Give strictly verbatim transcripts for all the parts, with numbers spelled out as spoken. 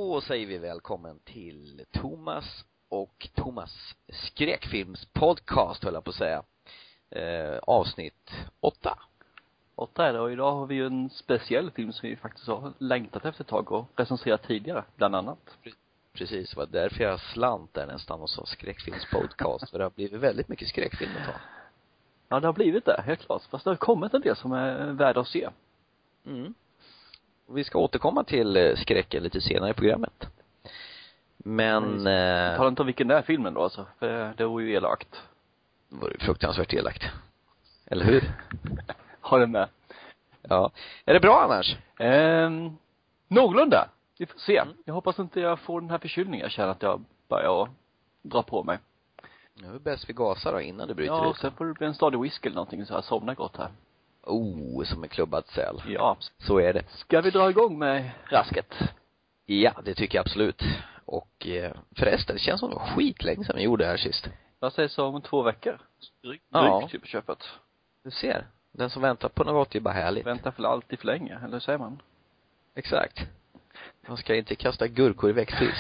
Då säger vi välkommen till Thomas och Thomas skräckfilmspodcast, höll jag på att säga. Eh, avsnitt åtta. Åtta är det, och idag har vi ju en speciell film som vi faktiskt har längtat efter ett tag och recenserat tidigare, bland annat. Precis, var därför jag slant där nästan och sa skräckfilmspodcast, för det har blivit väldigt mycket skräckfilm att ta. Ja, det har blivit det, helt klart. Fast det har kommit en del som är värda att se. Mm. Och vi ska återkomma till skräcken lite senare i programmet. Men eh... talar inte om vilken det är filmen då, alltså, för det var ju elakt. Det var ju fruktansvärt elakt. Eller hur? Har det med. Ja. Är det bra annars? Ehm, någorlunda. Vi får se. Mm. Jag hoppas inte jag får den här förkylningen. Jag känner att jag börjar dra på mig. Nu är det bäst vi gasar då innan du bryter ja, ut. Ja, sen får det bli en stadig whisky eller någonting så jag somnar gott här. Oh, som en klubbad säl. Ja. Så är det. Ska vi dra igång med rasket? Ja, det tycker jag absolut. Och eh, förresten, det känns som det var skitlänge sedan vi gjorde det här sist. Jag säger så om två veckor. Drygt ja. Typ köpet. Du ser. Den som väntar på något gott är bara härligt. Väntar för alltid för länge, eller hur säger man? Exakt. Man ska inte kasta gurkor i växthus.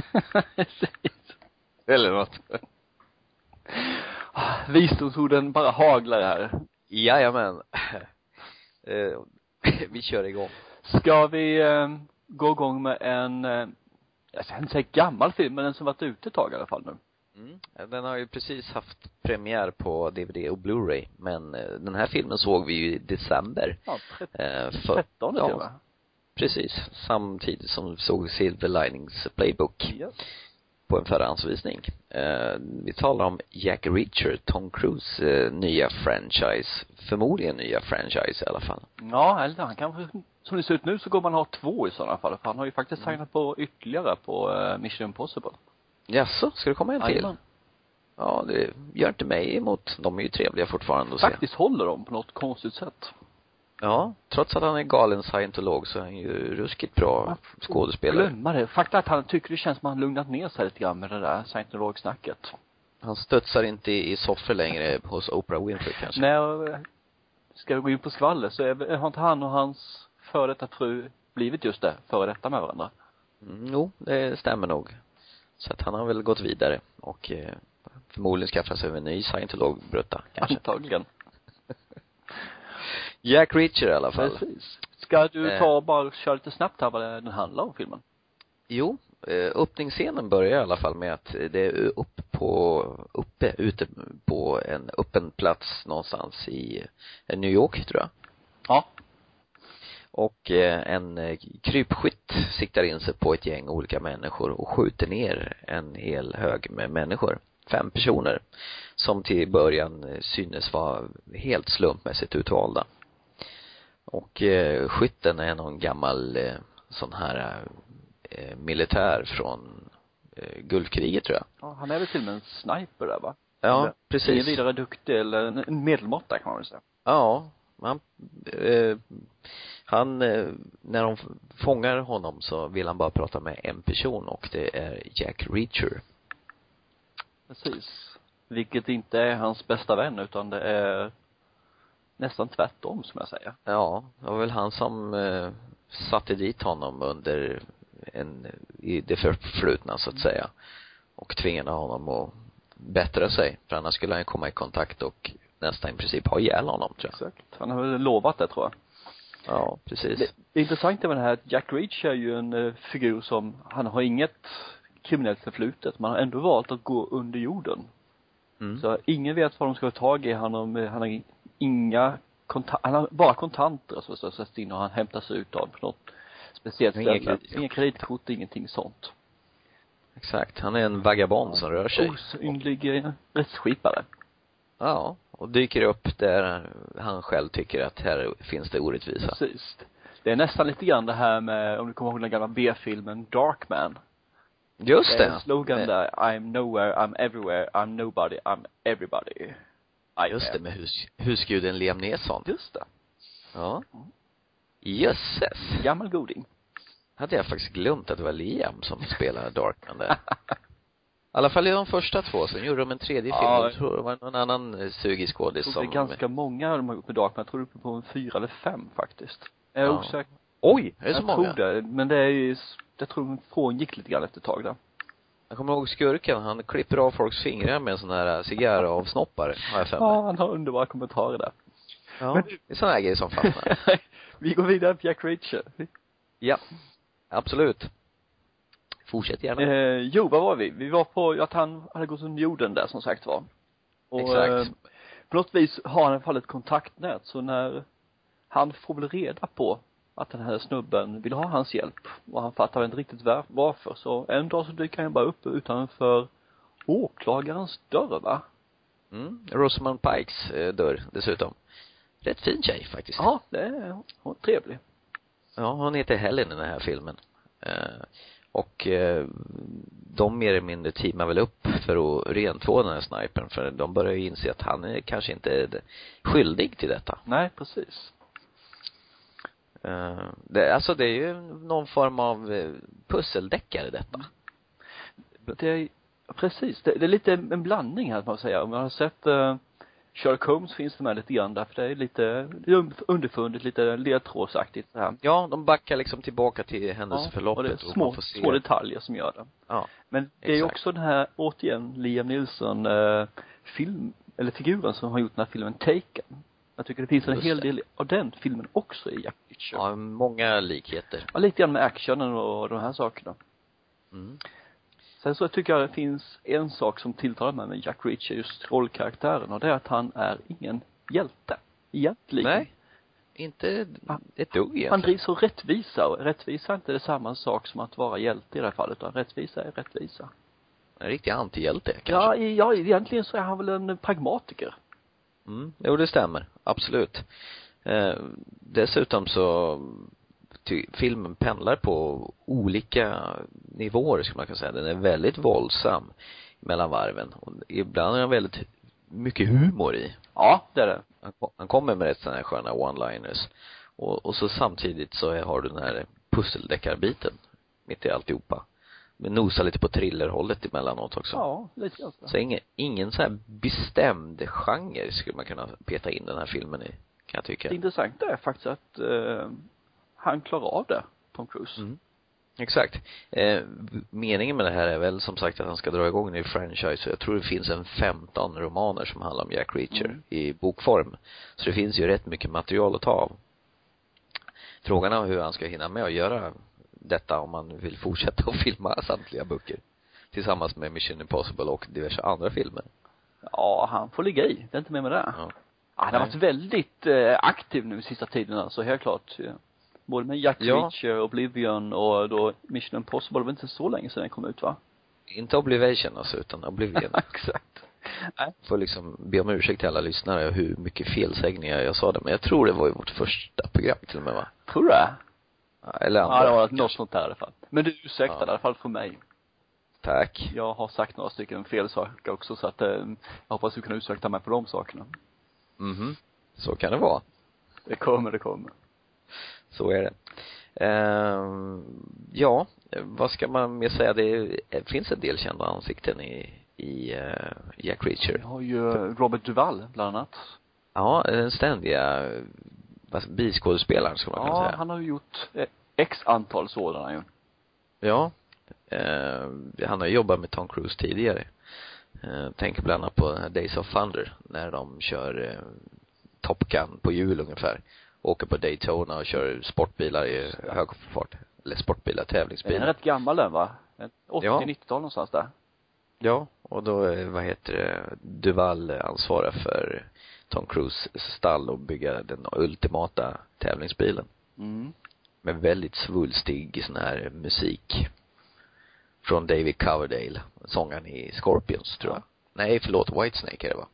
Eller något. Visdomsorden bara haglar här. Jajamän. eh, vi kör igång. Ska vi eh, gå igång med en, eh, jag ska inte säga gammal film, men den som varit ute ett tag i alla fall nu. Mm. Den har ju precis haft premiär på D V D och Blu-ray, men eh, den här filmen såg vi ju i december. Ja, tretton ja, till och med. Precis, samtidigt som vi såg Silver Linings Playbook. Ja. På en förhandsvisning. Eh, vi talar om Jack Reacher, Tom Cruise eh, nya franchise. Förmodligen nya franchise i alla fall. Ja, eller han kanske, som det ser ut nu så går man ha två i sådana fall. För han har ju faktiskt mm. signat på ytterligare på uh, Mission Impossible. Jaså, ska det komma en till? Ajman. Ja, det gör inte mig emot. De är ju trevliga fortfarande att se. Faktiskt håller de på något konstigt sätt. Ja, trots att han är galen scientolog så är han ju ruskigt bra skådespelare. Glömma det. Faktum att han tycker det känns som att han lugnat ner sig lite grann med det där scientolog-snacket. Han studsar inte i soffor längre hos Oprah Winfrey kanske. Nej, ska vi gå in på skvaller så är, har inte han och hans före detta fru blivit just det, före detta med varandra? Mm, jo, det stämmer nog. Så att han har väl gått vidare och eh, förmodligen skaffat sig en ny scientolog-brutta kanske. Antagligen. Jack Reacher i alla fall. Precis. Ska du ta och bara köra lite snabbt här vad den handlar om filmen? Jo, öppningsscenen börjar i alla fall med att det är upp på, uppe, ute på en öppen plats någonstans i New York, tror jag. Ja. Och en krypskytt siktar in sig på ett gäng olika människor och skjuter ner en hel hög med människor. Fem personer som till början synes vara helt slumpmässigt utvalda. Och eh, skytten är någon gammal eh, sån här eh, militär från eh, Gulfkriget, tror jag. Ja, han är väl till och med en sniper där, va? Ja, eller, precis. Ingen vidare duktig, eller en medelmåtta kan man väl säga. Ja, han, eh, han eh, när de fångar honom så vill han bara prata med en person och det är Jack Reacher. Precis. Vilket inte är hans bästa vän utan det är nästan tvärtom, som jag säger. Ja, det var väl han som eh, satte dit honom under en, i det förflutna så att säga. Och tvingade honom att bättra sig. För annars skulle han komma i kontakt och nästan i princip ha ihjäl honom, tror jag. Exakt. Han har väl lovat det, tror jag. Ja, precis. Det, det intressanta med det här att Jack Reacher är ju en uh, figur som, han har inget kriminellt förflutet. Man har ändå valt att gå under jorden. Mm. Så ingen vet vad de ska ta tag i. Han har, han har inga konta- han har bara kontanter så så sätts in och han hämtas ut av något speciellt ställe. Inga, kredit, inga kreditkort, ingenting sånt. Exakt, han är en vagabond ja. som rör sig. Osynlig rättsskipare. Ja, och dyker upp där han själv tycker att här finns det orättvisa. Precis. Det är nästan lite grann det här med, om du kommer ihåg den gamla B-filmen Darkman. Just det. Det är slogan det. Där, I'm nowhere, I'm everywhere, I'm nobody, I'm everybody. I Just am. det, med hus, husguden Liam Neeson. Just det. Ja. Jösses. Gammal goding. Hade jag faktiskt glömt att det var Liam som spelade Darkman där. I alla fall i de första två, sen gjorde de en tredje film. Ja, jag tror det var någon annan sugig skådis som... Det är ganska många de har gjort med Darkman. Jag tror det är på en fyra eller fem faktiskt. Jag är ja. osäker. Oj, är det så jag många? Jag tror det, men det är ju, jag tror hon frångick lite grann efter ett tag där. Jag kommer ihåg skurken, han klipper av folks fingrar med en sån här cigarravsnoppare, har jag för mig. Ja, han har underbara kommentarer där. Ja, men, det är såna här grejer som fastnar. Vi går vidare på Jack Reacher. Ja, absolut. Fortsätt gärna. Eh, jo, vad var vi? Vi var på att han hade gått under jorden där, som sagt var. Och, Exakt. Eh, på något vis har han i alla fall ett kontaktnät, så när han får väl reda på att den här snubben vill ha hans hjälp, och han fattar inte riktigt var, varför, så en dag så dyker han bara upp utanför åklagarens dörr, va? Mm, Rosamund Pikes eh, dörr dessutom. Rätt fin tjej faktiskt. Ja, det är hon är trevlig. Ja, hon heter Helen i den här filmen. Eh, och eh, de mer eller mindre teamar väl upp för att rentvå den här snipern, för de börjar ju inse att han är kanske inte är skyldig till detta. Nej, precis. Eh, det, alltså det är ju någon form av eh, pusseldeckare detta. Det är, precis, det, det är lite en blandning här, man säga. Om man har sett uh, Sherlock Holmes finns det med lite grann där, för det är lite underfundigt, lite ledtrådsaktigt så här. Ja, de backar liksom tillbaka till händelseförloppet. Ja, och det är små, och små detaljer som gör det. Ja. Men det är också den här, återigen, Liam Neeson uh, film, eller figuren som har gjort den här filmen Taken. Jag tycker det finns en Just hel det. del av den filmen också i Jack Reacher. Ja, många likheter. Ja, lite grann med actionen och de här sakerna. Mm. Sen så tycker jag det finns en sak som tilltalar mig med Jack Reacher, just rollkaraktären, och det är att han är ingen hjälte egentligen. Nej, inte ett dugg egentligen. Han drivs av rättvisa, och rättvisa är inte det samma sak som att vara hjälte i det här fallet, utan rättvisa är rättvisa. En riktig antihjälte kanske. Ja, ja, egentligen så är han väl en pragmatiker. Mm, jo det stämmer, absolut. Eh, dessutom så ty, filmen pendlar på olika nivåer, skulle man kunna säga. Den är väldigt våldsam mellan varven, och ibland är den väldigt mycket humor i. Ja, det är det. Han, han kommer med rätt sådana här sköna one-liners, och, och så samtidigt så har du den här pusseldeckarbiten mitt i alltihopa. Men nosa lite på thrillerhållet emellanåt också. Ja, lite grann. Så ingen, ingen så här bestämd genre skulle man kunna peta in den här filmen i, kan jag tycka. Det intressanta är faktiskt att eh, han klarar av det, Tom Cruise. Mm. Exakt. Eh, meningen med det här är väl som sagt att han ska dra igång en franchise, och jag tror det finns en femton romaner som handlar om Jack Reacher mm. i bokform. Så det finns ju rätt mycket material att ta av. Frågan är hur han ska hinna med att göra detta om man vill fortsätta att filma samtliga böcker tillsammans med Mission Impossible och diverse andra filmer. Ja, han får ligga i. Det är inte mer med det. Ja. Han har varit väldigt eh, aktiv nu i sista tiden, alltså helt klart. Ja. Både med Jack ja. Reacher, Oblivion och då Mission Impossible. Det var inte så länge sedan den kom ut, va? Inte Oblivion alltså, utan Oblivion. Exakt. Nej. Får liksom be om ursäkt till alla lyssnare hur mycket felsägningar jag sa det, men jag tror det var i vårt första program till och med, va? Tror du det? Eller andra. Ja, det var något sånt där i alla fall. Men du ursäktar ja. i alla fall för mig. Tack. Jag har sagt några stycken fel saker också, så att eh, jag hoppas du kan ursäkta mig på de sakerna. Mhm. Så kan det vara. Det kommer, det kommer. Så är det. Ehm, ja, vad ska man mer säga? Det finns en del kända ansikten i, i uh, Jack Reacher. Vi har ju Robert Duvall bland annat. Ja, den ständiga biskådespelaren, ska man ja, kunna säga. Ja, han har ju gjort x antal sådana ju. Ja. Eh, han har jobbat med Tom Cruise tidigare. Eh, tänker bland annat på Days of Thunder, när de kör eh, Top Gun på hjul ungefär. Åker på Daytona och kör sportbilar i hög fart. Eller sportbilar, tävlingsbilar. Den är rätt gammal den, va? åttio-nittiotal någonstans där. Ja, och då, vad heter det, Duvall ansvarar för Tom Cruise stall och bygga den ultimata tävlingsbilen. Mm. Med väldigt svulstig sån här musik. Från David Coverdale, sångaren i Scorpions, tror jag. Nej, förlåt, Whitesnake är det, va?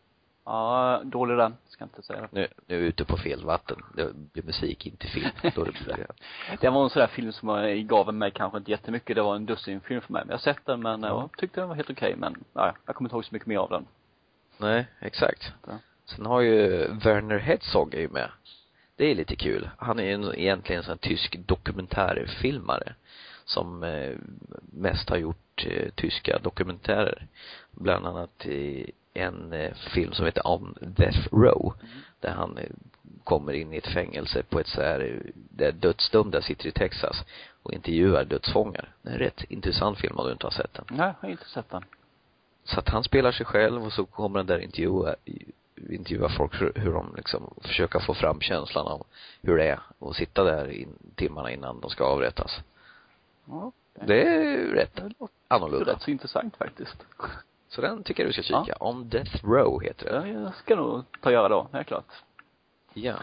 Ja, dålig den, ska jag inte säga det. Nu, nu är vi ute på fel vatten. Det blir musik, inte film. Då det, blir... det var en sån där film som jag gav mig kanske inte jättemycket. Det var en dussin film för mig. Men jag har sett den, men ja. jag tyckte den var helt okej. Men nej, jag kommer inte ihåg så mycket mer av den. Nej, exakt. Ja. Sen har ju Werner Herzog är ju med. Det är lite kul. Han är ju egentligen en sån tysk dokumentärfilmare som eh, mest har gjort eh, tyska dokumentärer. Bland annat i en eh, film som heter On Death Row. Mm. Där han eh, kommer in i ett fängelse på ett så här, där dödsdömda sitter i Texas och intervjuar dödsfångar. Det är en rätt intressant film om du inte har sett den. Nej, jag har inte sett den. Så att han spelar sig själv och så kommer han där intervjua intervjua folk hur, hur de liksom försöker få fram känslan av hur det är att sitta där i timmarna innan de ska avrättas. Ja, okay. Det är rätt annorlunda. Det är rätt så intressant faktiskt. Så den tycker jag du ska kika. Ja. On Death Row heter det. Ja, jag ska nog ta göra då, helt klart. Ja.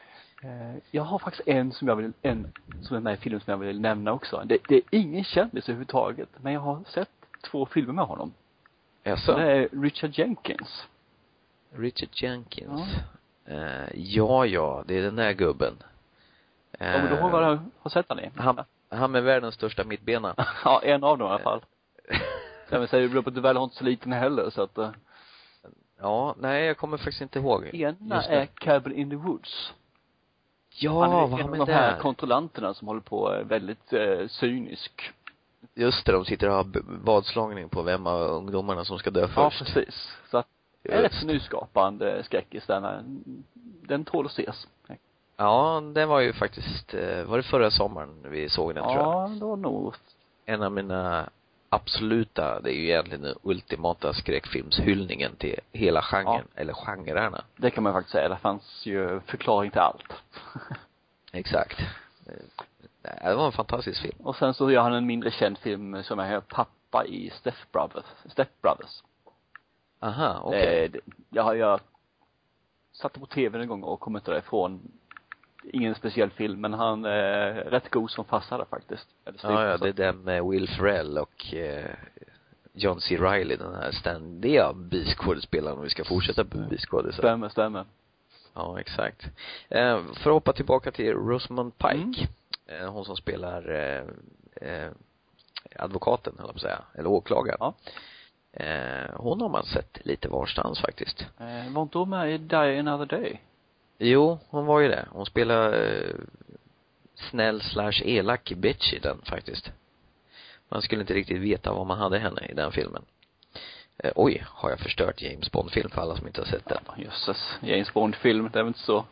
Jag har faktiskt en som jag vill, en som är med i filmen som jag vill nämna också. Det, det är ingen kändis överhuvudtaget, men jag har sett två filmer med honom. Jaså? Det är Richard Jenkins. Richard Jenkins. Ja, uh, ja, ja, det är den där gubben. Uh, ja, men då har jag har sett han i. Han, han med världens största mittbena. Ja, en av dem i alla fall. Jag vill säga att du väl har inte så liten heller, så att uh... ja, nej, jag kommer faktiskt inte ihåg. Ena är Cabin in the Woods. Ja, han är vad en av de här kontrollanterna som håller på är väldigt eh, cynisk. Just det, de sitter och har vadslagning på vem av ungdomarna som ska dö först. Ja, precis. Så att det är rätt nyskapande skräckis där. Den tål att ses. Ja, den var ju faktiskt, var det förra sommaren vi såg den, ja, tror jag? Ja, det var nog. En av mina absoluta, det är ju egentligen den ultimata skräckfilmshyllningen till hela genren, ja. Eller genrerna. Det kan man faktiskt säga, det fanns ju förklaring till allt. Exakt. Det var en fantastisk film. Och sen så gör han en mindre känd film som är pappa i Step Brothers. Step Brothers. Aha, okej. Okay. Jag har jag satte på tvn en gång och kom inte därifrån. Ingen speciell film, men han är rätt god som farsare faktiskt. Ja, ja, det är den med Will Ferrell och eh, John C. Reilly, den här ständiga biskådespelaren, om vi ska fortsätta på biskådespelaren. Stämmer, stämmer. Ja, exakt. Eh, för att hoppa tillbaka till Rosamund Pike. Mm. Eh, hon som spelar eh, eh, advokaten, eller på att säga, eller åklagaren. Ja. Eh, hon har man sett lite varstans faktiskt. Eh, var inte hon med i Die Another Day? Jo, hon var ju det. Hon spelar eh, snäll slash elak bitch i den faktiskt. Man skulle inte riktigt veta vad man hade henne i den filmen. Eh, oj, har jag förstört James Bond-film för alla som inte har sett den? Ja, jösses. James Bond-film, det är väl inte så.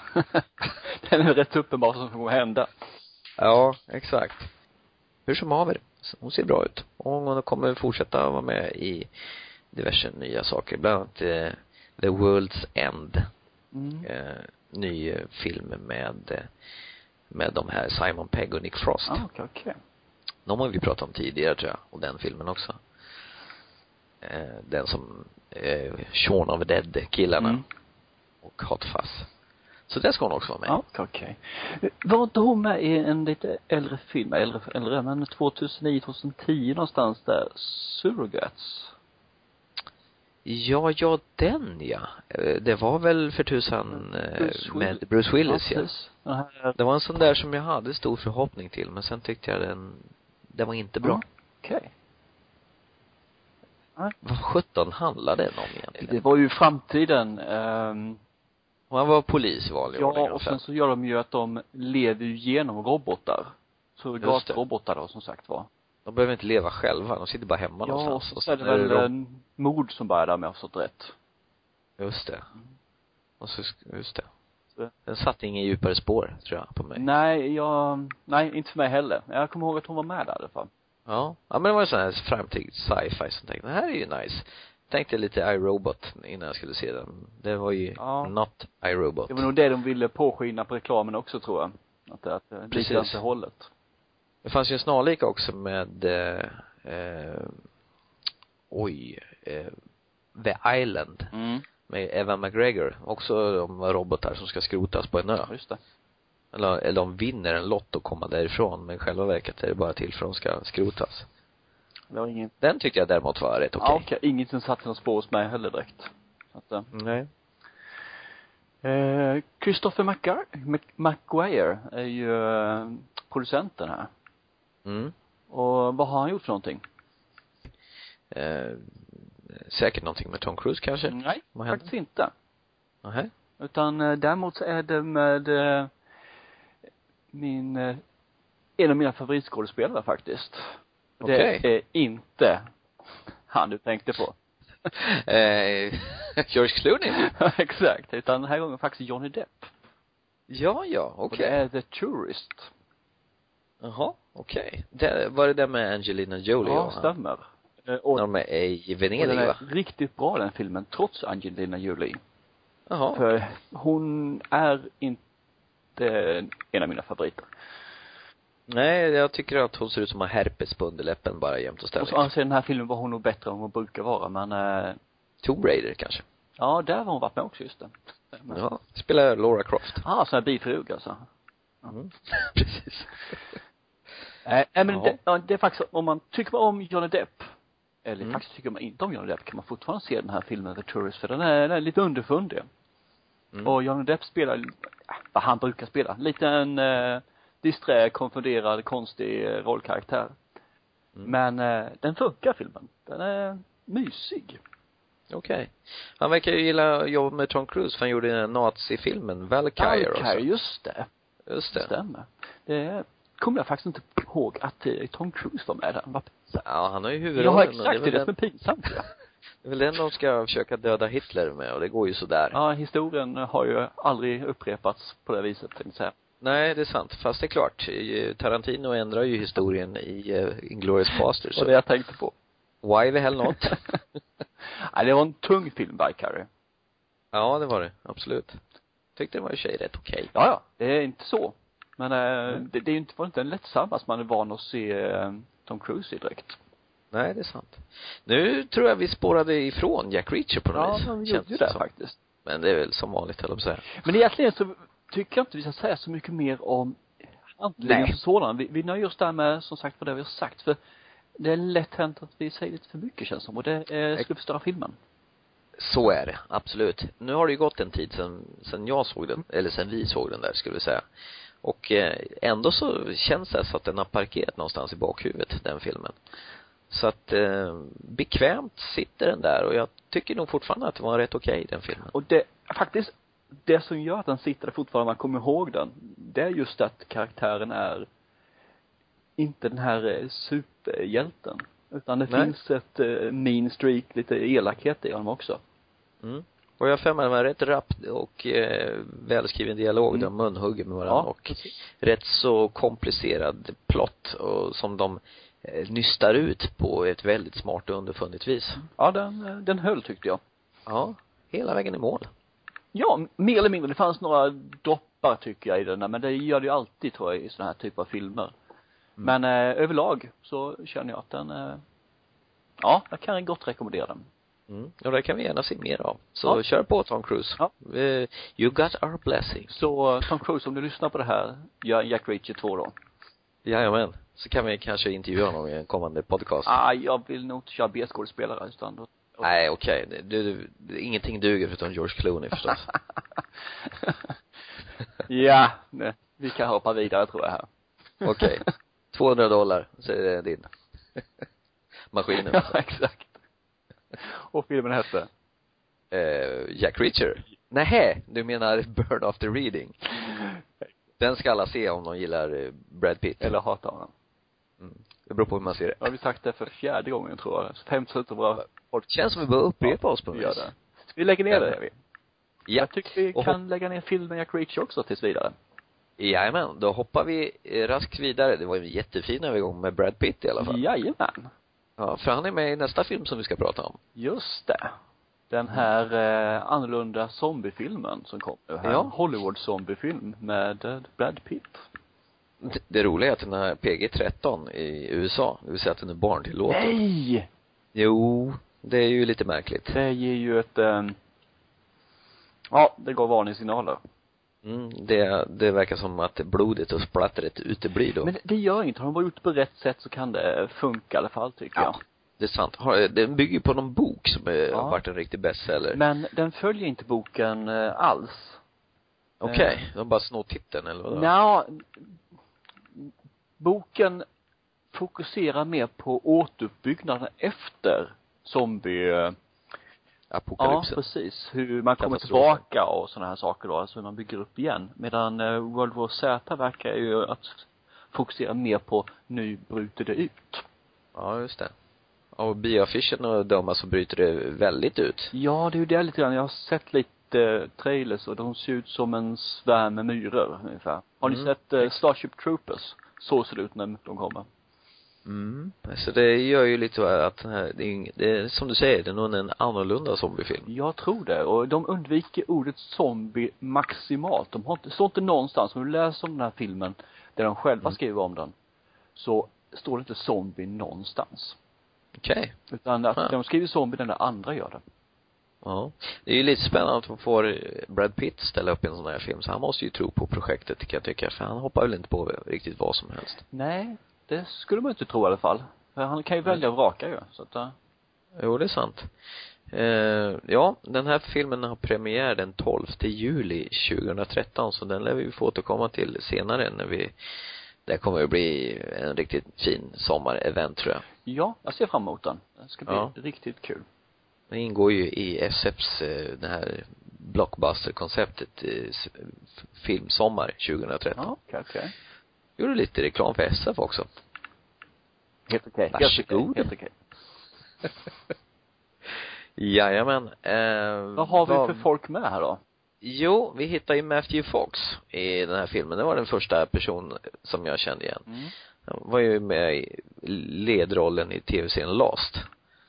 Den är rätt uppenbar som kommer hända. Ja, exakt. Hur som haver, hon ser bra ut. Och hon kommer fortsätta vara med i diverse nya saker. Bland annat eh, The World's End. Mm. Eh, ny film med med de här Simon Pegg och Nick Frost. Ah, okej, okej. De har vi pratat om tidigare, tror jag. Och den filmen också. Eh, den som eh, Shaun of the Dead-killarna. Mm. Och Hot Fuzz. Så det ska hon också vara med. Ja, okej. Okay. Var inte hon med i en lite äldre film, äldre, äldre men tjugohundranio tjugohundratio någonstans där, Surrogates? Ja, ja, den ja. Det var väl för tusan Bruce med Bruce Willis, ja. ja. Det var en sån där som jag hade stor förhoppning till, men sen tyckte jag den, den var inte bra. Mm, okej. Okay. Vad sjutton handlade den om egentligen? Det var ju framtiden. Um... Och han var polis i vanlig ordning. Ja, och sen så gör de ju att de lever ju genom robotar. Surrogatrobotar då, som sagt var. De behöver inte leva själva, de sitter bara hemma ja, någonstans. Ja, och så är det väl ro- en mord som bara är där, om jag har förstått rätt. Just det. Mm. Och så, just det. Så. Den satt ingen djupare spår, tror jag, på mig. Nej, jag, nej, inte för mig heller. Jag kommer ihåg att hon var med där i alla fall. Ja, ja men det var en sån här framtid sci-fi som tänkte, det här är ju nice. Tänkte lite iRobot innan jag skulle se den. Det var ju ja. Not iRobot. Det var nog det de ville påskina på reklamen också, tror jag. Att det, att det likadant till hållet. Det fanns ju en snarlik också med eh, eh, oj eh, The Island mm. med Evan McGregor, också de robotar som ska skrotas på en ö. Just det. Eller, eller de vinner en lott och kommer därifrån, men själva verket är det bara till för att de ska skrotas. Det var ingen... Den tyckte jag däremot var rätt okej. Okay. Ja, okej. Okay. Inget som satt någon spår hos mig heller direkt. Så att, uh... nej. Eh, Christopher McGuire, McGuire är ju uh, producenten här. Mm. Och vad har han gjort för någonting? Eh, säkert någonting med Tom Cruise kanske? Nej, faktiskt inte. Nähä. Utan eh, däremot så är det med eh, min eh, en av mina favoritskådespelare faktiskt. Okay. Det är inte han du tänkte på. eh, George Clooney? Exakt, utan den här gången faktiskt Johnny Depp. Ja, ja, okej. Och det är The Tourist. Jaha, okej. Okay. Var det där med Angelina Jolie? Ja, stämmer. Och när de är i Venedig, den är va? riktigt bra den filmen, trots Angelina Jolie. Jaha. För hon är inte en av mina favoriter. Nej, jag tycker att hon ser ut som att ha herpes på underläppen bara jämt och ständigt. Och så anser den här filmen var hon nog bättre än hon brukar vara, men eh, Tomb Raider kanske? Ja, där har hon varit med också, just det. Men... Ja, spelar Laura Croft. Ah, sån här bifrug alltså. Ja. Mm. Precis. Nej, äh, men det, ja, det är faktiskt, om man tycker om Johnny Depp, eller mm. faktiskt tycker man inte om Johnny Depp, kan man fortfarande se den här filmen The Tourist, för den är, den är lite underfundig. Mm. Och Johnny Depp spelar, vad han brukar spela, lite en eh, disträ, konfunderad, konstig eh, rollkaraktär. Mm. Men eh, den funkar, filmen. Den är mysig. Okej. Okay. Han verkar ju gilla att jobba med Tom Cruise, för han gjorde den nazi-filmen Valkyrie också. Valkyrie, just det. Just det. Det stämmer. Det kommer jag faktiskt inte ihåg att Tom Cruise var med där. Ja, han har ju huvudrollen. Ja, exakt. Det är det som är pinsamt, ja. Det är väl den de ska försöka döda Hitler med, och det går ju sådär. Ja, historien har ju aldrig upprepats på det viset, tänkte jag säga. Nej, det är sant. Fast det är klart, Tarantino ändrar ju historien i uh, Inglourious Basterds. Och det jag tänkte på. Why the hell not? Nej, det var en tung film, Valkyrie. Ja, det var det. Absolut. Tyckte det var i sig rätt okej. Okay. Ja, ja. Det är inte så. Men äh, mm. det, det är ju inte, var inte en lättsamma som man är van att se äh, Tom Cruise i direkt. Nej, det är sant. Nu tror jag vi spårade ifrån Jack Reacher på något vis. Ja, men vi gjorde det faktiskt. Men det är väl som vanligt, höll jag på att säga. Men egentligen så tycker jag inte vi ska säga så mycket mer om handlingen som sådan. Vi, vi nöjer oss där med, som sagt, vad det vi har sagt. För det är lätt hänt att vi säger lite för mycket, känns som. Och det eh, skulle förstöra filmen. Så är det, absolut. Nu har det ju gått en tid sedan, sedan jag såg den, eller sedan vi såg den där, skulle vi säga. Och eh, ändå så känns det så att den har parkerat någonstans i bakhuvudet, den filmen. Så att eh, bekvämt sitter den där, och jag tycker nog fortfarande att det var rätt okej, den filmen. Och det, faktiskt, det som gör att den sitter där fortfarande, man kommer ihåg den, det är just att karaktären är inte den här superhjälten. Utan det Nej. finns ett uh, mean streak, lite elakhet i honom också. Mm. Och jag för mig, det var rätt rapp och eh, välskriven dialog, mm. de munhugger med varandra, ja, och precis. Rätt så komplicerad plott, och som de eh, nystar ut på ett väldigt smart och underfundigt vis. Ja, den, den höll, tyckte jag. Ja, hela vägen i mål. Ja, mer eller mindre. Det fanns några doppar, tycker jag, i den, men det gör det ju alltid, tror jag, i såna här typer av filmer. Mm. Men eh, överlag så känner jag att den eh, ja, jag kan gott rekommendera den. Mm. Och det kan vi gärna se mer av. Så ja. Kör på, Tom Cruise. Ja. Uh, you got our blessing. Så Tom Cruise, om du lyssnar på det här, gör Jack Reacher två då. Jajamän. Så kan vi kanske intervjua honom i en kommande podcast. Ah, jag vill nog inte köra B-skådespelare utan då. Nej, okej. Okay. Du, du, ingenting duger förutom George Clooney, förstås. Ja, nej. Vi kan hoppa vidare, tror jag här. Okej. Okay. tvåhundra dollar, så är det din. Maskinen. Ja, exakt. Och filmen hette? Uh, Jack Reacher. Nej, du menar Burn After Reading. Den ska alla se om de gillar Brad Pitt. Eller hatar honom. Mm. Det beror på hur man ser det. Ja, vi sagt det för fjärde gången, tror jag. Femte minuter bra. Det känns som vi bör upprepa ja, oss på vi gör det. Vi lägger ner det, vi. Ja. Jag tycker vi kan och... lägga ner filmen Jack Reacher också tills vidare. Jajamän, då hoppar vi raskt vidare. Det var ju en jättefin övergång med Brad Pitt i alla fall. Jajamän. Ja, för han är med i nästa film som vi ska prata om. Just det. Den här eh, annorlunda zombiefilmen som kom nu här. Ja. Hollywood-zombiefilm med eh, Brad Pitt. Det, det roliga är att den är P G tretton i U S A. Det vill säga att den är barntillåten. Nej! Jo, det är ju lite märkligt. Det ger ju ett eh, ja, det går varningssignaler. Mm, det, det verkar som att blodet och splattret uteblir då. Men det, det gör inte. Har de bara gjort på rätt sätt så kan det funka i alla fall, tycker ja. jag. Det är sant. Den bygger på någon bok som är, ja. har varit en riktig bestseller. Men den följer inte boken eh, alls. Okej, okay. eh. de bara snor titeln eller vad? Nja, boken fokuserar mer på återuppbyggnaden efter zombie eh, apokalypsen. Ja, precis. Hur man kommer tillbaka och såna här saker då, alltså hur man bygger upp igen. Medan eh, World War Z verkar ju att fokusera mer på nu bryter det ut. Ja, just det. av bioaffischen och döma så bryter det väldigt ut. Ja, det är ju det lite grann. Jag har sett lite trailers och de ser ut som en svärm med myror ungefär. Har ni Mm. sett uh, Starship Troopers? Så ser det ut när de kommer. Mm. Så det gör ju lite att den här, det är, ing, det är som du säger, det är nog en annorlunda zombiefilm. Jag tror det. Och de undviker ordet zombie maximalt. De har inte, står inte någonstans. Om du läser om den här filmen där de själva Mm. skriver om den, så står det inte zombie någonstans. Okej. Okay. Utan att ja. de skriver zombie när andra gör det. Ja. Det är ju lite spännande att man får Brad Pitt ställa upp i en sån här film. Så han måste ju tro på projektet, kan jag tycka. För han hoppar väl inte på riktigt vad som helst. Nej, det skulle man inte tro i alla fall. För han kan ju välja och vraka ju. Så att, uh... Jo, det är sant. Uh, ja, den här filmen har premiär den tolfte juli tjugohundratretton. Så den lär vi få återkomma till senare när vi, det kommer att bli en riktigt fin sommarevent, tror jag. Ja, jag ser fram emot den. Det ska bli ja. riktigt kul. Den ingår ju i S F:s, det här blockbuster-konceptet, filmsommar tjugohundratretton. Ja, okej, okay, okej. Okay. Gjorde lite reklam för S F också. Helt okej. Okay. Varsågod. Helt okej. Okay. Jajamän. Eh, vad har vi vad... för folk med här då? Jo, vi hittar ju Matthew Fox i den här filmen. Det var den första person som jag kände igen. Mm. Han var ju med i ledrollen i tv-serien Lost.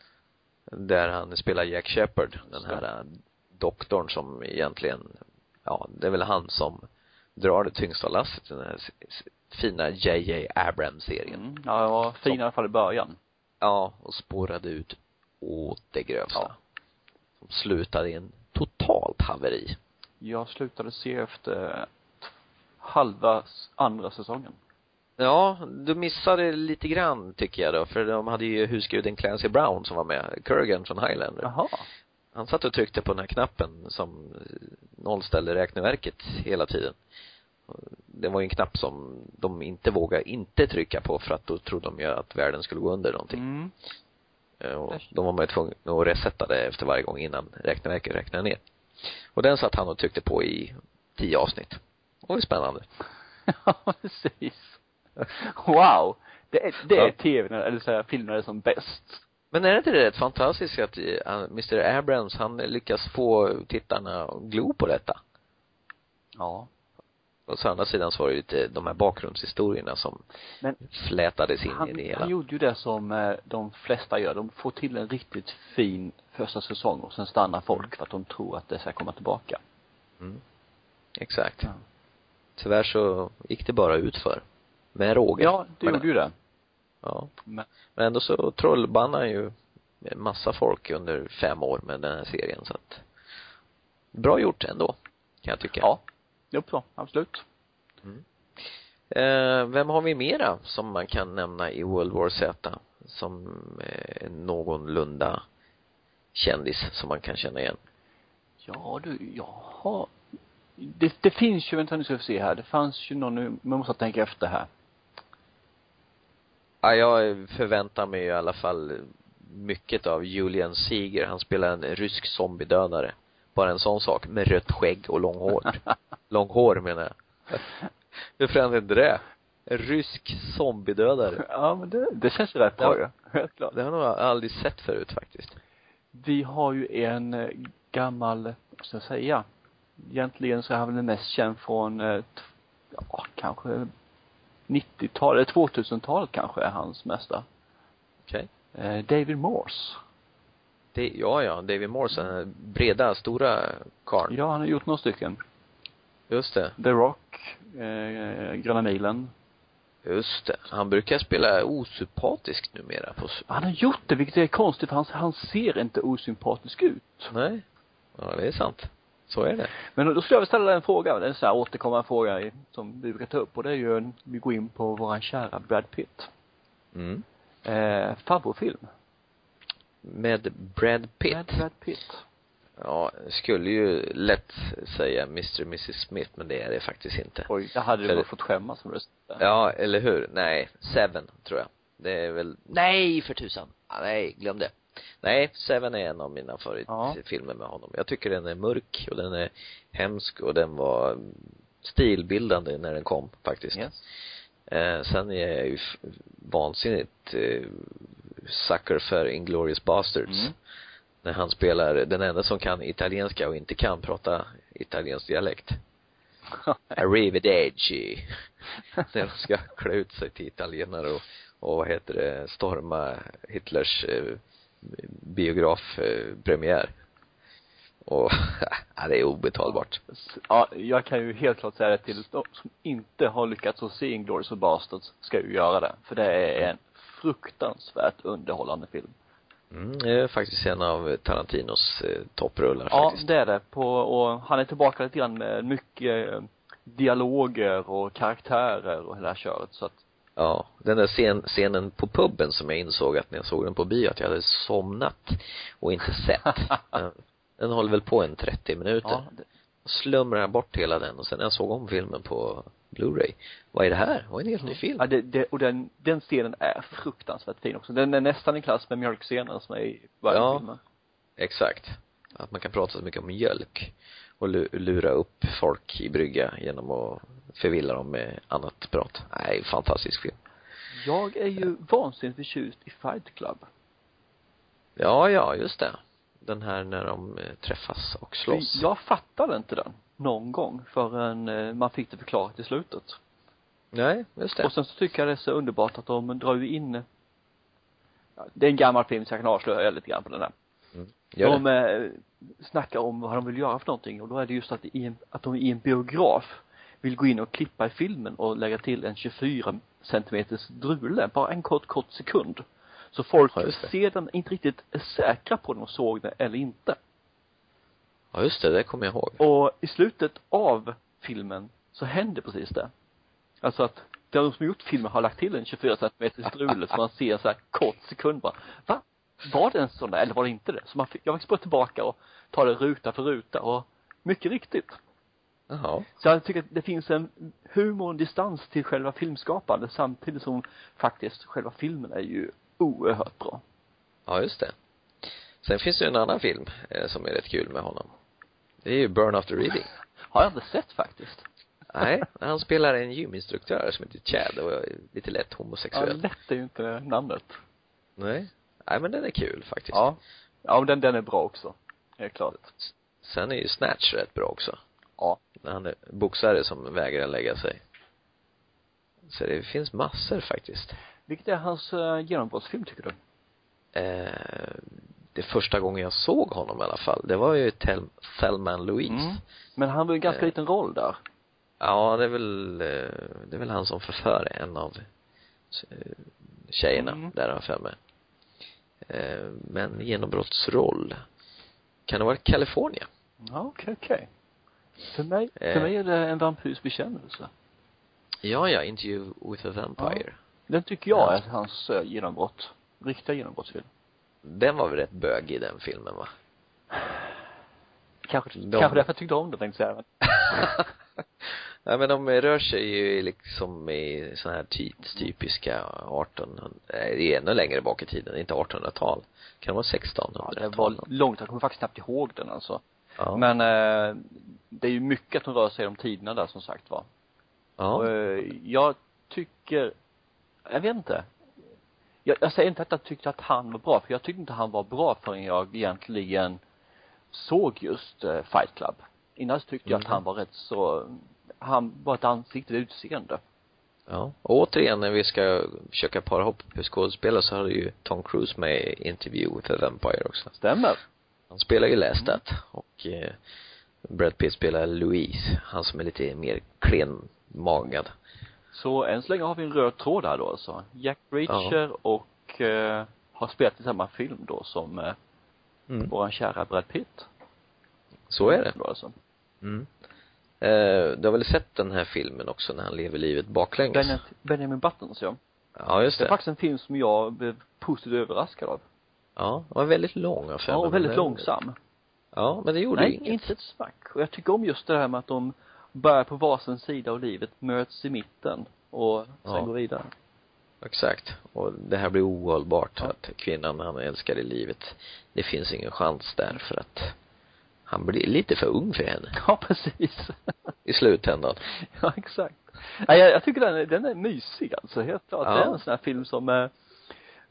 Där han spelar Jack Shepard, den här doktorn som egentligen, ja, det är väl han som drar det tyngsta lasset i den här fina J J Abrams-serien. Mm. Ja, det var fin i alla fall i början. Ja, och spårade ut åt det grövsta. Ja. Som slutade i en totalt haveri. Jag slutade se efter halva andra säsongen. Ja, du missade lite grann tycker jag då. För de hade ju husguden Clancy Brown som var med. Kurgan från Highlander. Jaha. Han satt och tryckte på den här knappen som nollställde räkneverket hela tiden. Det var ju en knapp som de inte vågade inte trycka på, för att då trodde de ju att världen skulle gå under någonting. Mm. Och de var med tvungna att resetta det efter varje gång innan räkneverket räknade ner. Och den satt han och tryckte på i tio avsnitt. Och det är spännande. Ja, precis. Wow. Det är, det är ja. tv, eller så här, filmer som bäst. Men är det inte rätt fantastiskt att mister Abrams, han lyckas få tittarna att glo på detta? Ja. Och så andra sidan så var det lite de här bakgrundshistorierna som men flätades in han, i det hela. Han gjorde ju det som de flesta gör. De får till en riktigt fin första säsong och sen stannar folk för att de tror att det ska komma tillbaka. Mm. Exakt. Ja. Tyvärr så gick det bara ut för med råge. Ja, det gjorde ju det. Ja. Men, men ändå så trollbannar ju massa folk under fem år med den här serien, så att bra gjort ändå, kan jag tycka. Ja, jo, så, absolut. Mm. Eh, vem har vi mera som man kan nämna i World War Z som eh, någorlunda kändis som man kan känna igen? Ja, du, jag har det, det finns ju, vänta nu ska vi se här, det fanns ju någon nu, man måste tänka efter här. Ja, jag förväntar mig i alla fall mycket av Julian Seeger. Han spelar en rysk zombiedödare. Bara en sån sak, med rött skägg och lång hår. lång hår menar jag. Hur förändrar inte det? En rysk zombiedödare. Ja, men det, det känns ju rätt bra, ja. Helt klart. Det har jag nog aldrig sett förut faktiskt. Vi har ju en gammal, vad ska jag säga, egentligen så är han väl mest känd från ja, kanske nittiotalet, tvåtusentalet kanske är hans mesta. Okej. Okay. David Morse. Det, ja, ja, David Morse, den breda, stora karln. Ja, han har gjort några stycken. Just det. The Rock, eh, Gröna milen. Just det. Han brukar spela osympatisk numera. På... Han har gjort det, vilket är konstigt. Han, han ser inte osympatisk ut. Nej. Ja, det är sant. Så är det. Men då skulle jag ställa dig en fråga. Det är en så här återkommande fråga som vi brukar ta upp. Och det är ju en, vi går in på våran kära Brad Pitt. Mm. Eh, favoritfilm. Med Brad Pitt. Med Brad Pitt. Ja, skulle ju lätt säga mister och missus Smith, men det är det faktiskt inte. Oj, jag hade du bara fått skämmas som röst. Ja, eller hur? Nej, Seven tror jag. Det är väl, nej för tusan. Ah, nej, glöm det. Nej, Seven är en av mina favoritfilmer med honom. Jag tycker den är mörk och den är hemsk och den var stilbildande när den kom faktiskt. Yes. Eh, sen är jag ju vansinnigt eh, sucker för Inglourious Basterds. Mm. När han spelar den enda som kan italienska och inte kan prata italiensk dialekt. Arrivederci. Sen ska klä ut sig till italienare och, och vad heter det, storma Hitlers eh, biografpremiär. Eh, och ja, det är obetalbart. Ja, jag kan ju helt klart säga det till de som inte har lyckats att se Inglourious Basterds ska ju göra det. För det är en fruktansvärt underhållande film. Mm, det är faktiskt en av Tarantinos eh, topprullar ja, faktiskt. Ja, det är det. På, och han är tillbaka lite grann med mycket eh, dialoger och karaktärer och hela köret. Så att ja, den där scen, scenen på pubben som jag insåg att när jag såg den på bio att jag hade somnat och inte sett. Den håller väl på en trettio minuter. Ja, det... slumrar jag bort hela den och sen när jag såg om filmen på Blu-ray. Vad är det här? Vad är en helt ny film? Ja, det, det, och den, den scenen är fruktansvärt fin också. Den är nästan i klass med mjölkscenen som är i varje ja, film. Exakt. Att man kan prata så mycket om mjölk och lura upp folk i brygga genom att förvilla dem med annat prat. Nej, fantastisk film. Jag är ju vansinnigt förtjust i Fight Club. Ja, ja, just det. Den här när de träffas och slåss. Jag fattade inte den någon gång förrän man fick det förklarat i slutet. Nej, just det. Och sen så tycker jag det är så underbart att de drar ju in, ja, det är en gammal film så jag kan avslöja lite grann på den här. Mm. De eh, snackar om vad de vill göra för någonting och då är det just att, i en, att de i en biograf vill gå in och klippa i filmen och lägga till en tjugofyra centimeters drule, bara en kort, kort sekund. Så folk ja, ser den inte riktigt är säkra på om de såg det eller inte. Ja, just det, det kommer jag ihåg. Och i slutet av filmen så händer precis det. Alltså att de som gjort filmen har lagt till en tjugofyra centimeters drule så man ser så här kort sekund bara. Va? Var det en sån där eller var det inte det? Så man fick, jag fick spå tillbaka och ta det ruta för ruta och mycket riktigt. Jaha. Så jag tycker att det finns en humor och en distans till själva filmskapande samtidigt som faktiskt själva filmen är ju oerhört bra. Ja, just det. Sen finns det en annan film eh, som är rätt kul med honom. Det är ju Burn After Reading. Har jag inte sett faktiskt. Nej, han spelar en gyminstruktör som heter Chad och är lite lätt homosexuell. Ja, lätt är ju inte namnet. Nej. Nej, men den är kul faktiskt. Ja. Ja, men den, den är bra också. Helt klart. Sen är ju Snatch rätt bra också. Ja. När han är boxare som vägrar lägga sig. Så det finns massor faktiskt. Vilket är hans uh, genombrottsfilm tycker du? Eh, det första gången jag såg honom i alla fall, det var ju Tel- Thelma and Louise. Mm. Men han var ju en ganska eh, liten roll där. Ja, det är väl det är väl han som förför en av tjejerna mm. där han för mig. Eh, men genombrottsroll kan det vara California? Ja, okej, okay, okej. Okay. För mig, eh, för mig är det en vampyrs bekännelse. Ja, ja, Interview with a Vampire. Ja. Den tycker jag är hans uh, genombrott. Riktiga genombrottsfilm. Den var väl rätt bögig den filmen, va? Kanske, de... kanske därför jag tyckte om det, tänkte jag säga. Ja, men de rör sig ju liksom i såna här tidstypiska artonhundra, det är ännu längre bak i tiden, inte artonhundratal. Kan det vara sextonhundratal? Ja, det var långt, jag kommer faktiskt knappt ihåg den alltså. Ja. Men eh, det är ju mycket som rör sig om tiderna där som sagt var. Ja. Och, eh, jag tycker, jag vet inte. Jag, jag säger inte att jag tyckte att han var bra, för jag tyckte inte han var bra förrän jag egentligen såg just eh, Fight Club. Innan så tyckte mm. jag att han var rätt så, han var ett ansikte utseende. Ja, och återigen när vi ska försöka para ihop skådespelare så har du ju Tom Cruise med i Interview with a Vampire också. Stämmer. Han spelar ju Lestat mm. och eh, Brad Pitt spelar Louise, han som är lite mer klenmagad. Så än så länge har vi en röd tråd här då alltså. Jack Reacher ja. och eh, har spelat i samma film då som eh, mm. våran kära Brad Pitt. Så är det. Då alltså. Mm. Eh, du har väl sett den här filmen också när han lever livet baklänges? Ben- Benjamin Buttons, ja. Ja, just det. Det är faktiskt en film som jag blev positivt överraskad av. Ja, den var väldigt lång av filmen. Ja, och väldigt långsam. Ja, men det gjorde Nej, ju inget. inte ett smack. Och jag tycker om just det här med att de börjar på varsin sida av livet, möts i mitten och sen ja. går vidare. Exakt. Och det här blir ohållbart, ja. att kvinnan han älskar i livet, det finns ingen chans där för att han blir lite för ung för henne. Ja, precis. I slutändan. Ja, exakt. Ja, jag, jag tycker den är, den är mysig alltså, helt klart. Ja. Det är en sån här film som eh,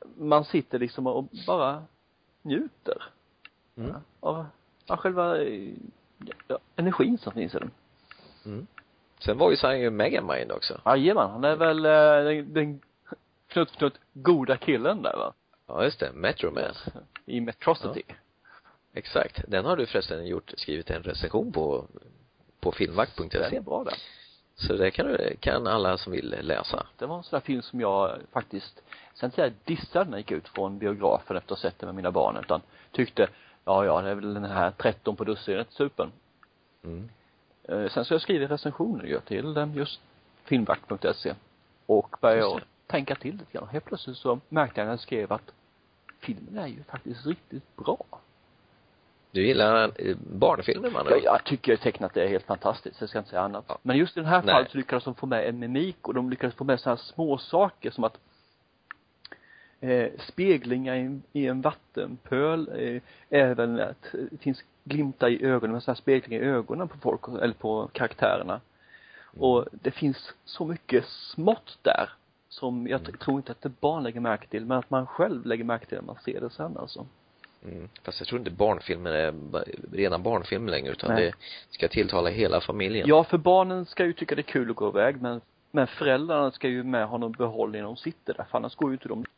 man sitter liksom och bara njuter Mm. ja, av, av själva ja, energin som finns i den. Mm. Sen var ju så ju Megamind också. Jajamän, han är väl äh, den, den knutt, knutt goda killen där va? Ja, just det. Metro Man. I Metrocity. Ja. Exakt. Den har du förresten gjort, skrivit en recension på på filmvakt punkt se. Den är bra där. Så det kan du, kan alla som vill läsa. Det var en sån där film som jag faktiskt, sen så jag dissade när jag gick ut från biografen efter att ha sett den med mina barn, utan tyckte, ja ja, det är väl den här tretton på dussinet, super. Mm. Eh, sen så jag skrivit recensioner ju till den just filmvakt punkt se och började tänka till lite grann. Helt plötsligt så märkte jag när jag skrev att filmen är ju faktiskt riktigt bra. Du gillar barnfilmer, man? Ja, jag tycker tecknat är helt fantastiskt, jag ska inte säga annat. Ja. Men just i den här fallet så lyckades de få med en mimik och de lyckades få med sådana här små saker som att eh, speglingar i en, i en vattenpöl, eh, även att det finns glimtar i ögonen med sådana här speglingar i ögonen på folk eller på karaktärerna. Mm. Och det finns så mycket smått där som jag mm. tror inte att det barn lägger märke till, men att man själv lägger märke till när man ser det sen alltså. Mm. Fast jag tror inte barnfilmer är rena barnfilmer längre, utan Nej. det ska tilltala hela familjen. Ja, för barnen ska ju tycka det är kul att gå iväg, men, men föräldrarna ska ju med ha någon behållning när de sitter där, för annars går ju inte de.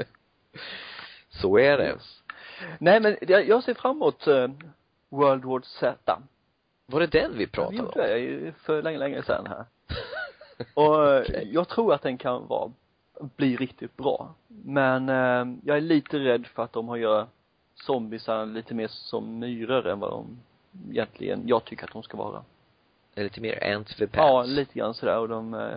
Så är det. Yes. Nej, men jag, jag ser fram emot uh, World War Z. Var det den vi pratade om? om? Det är för länge, länge sedan här. Och okay. Jag tror att den kan vara, bli riktigt bra. Men uh, jag är lite rädd för att de har gjort zombiesarna lite mer som myror än vad de egentligen, jag tycker att de ska vara. Är lite mer ants för pants. Ja, lite grann sådär, och de eh,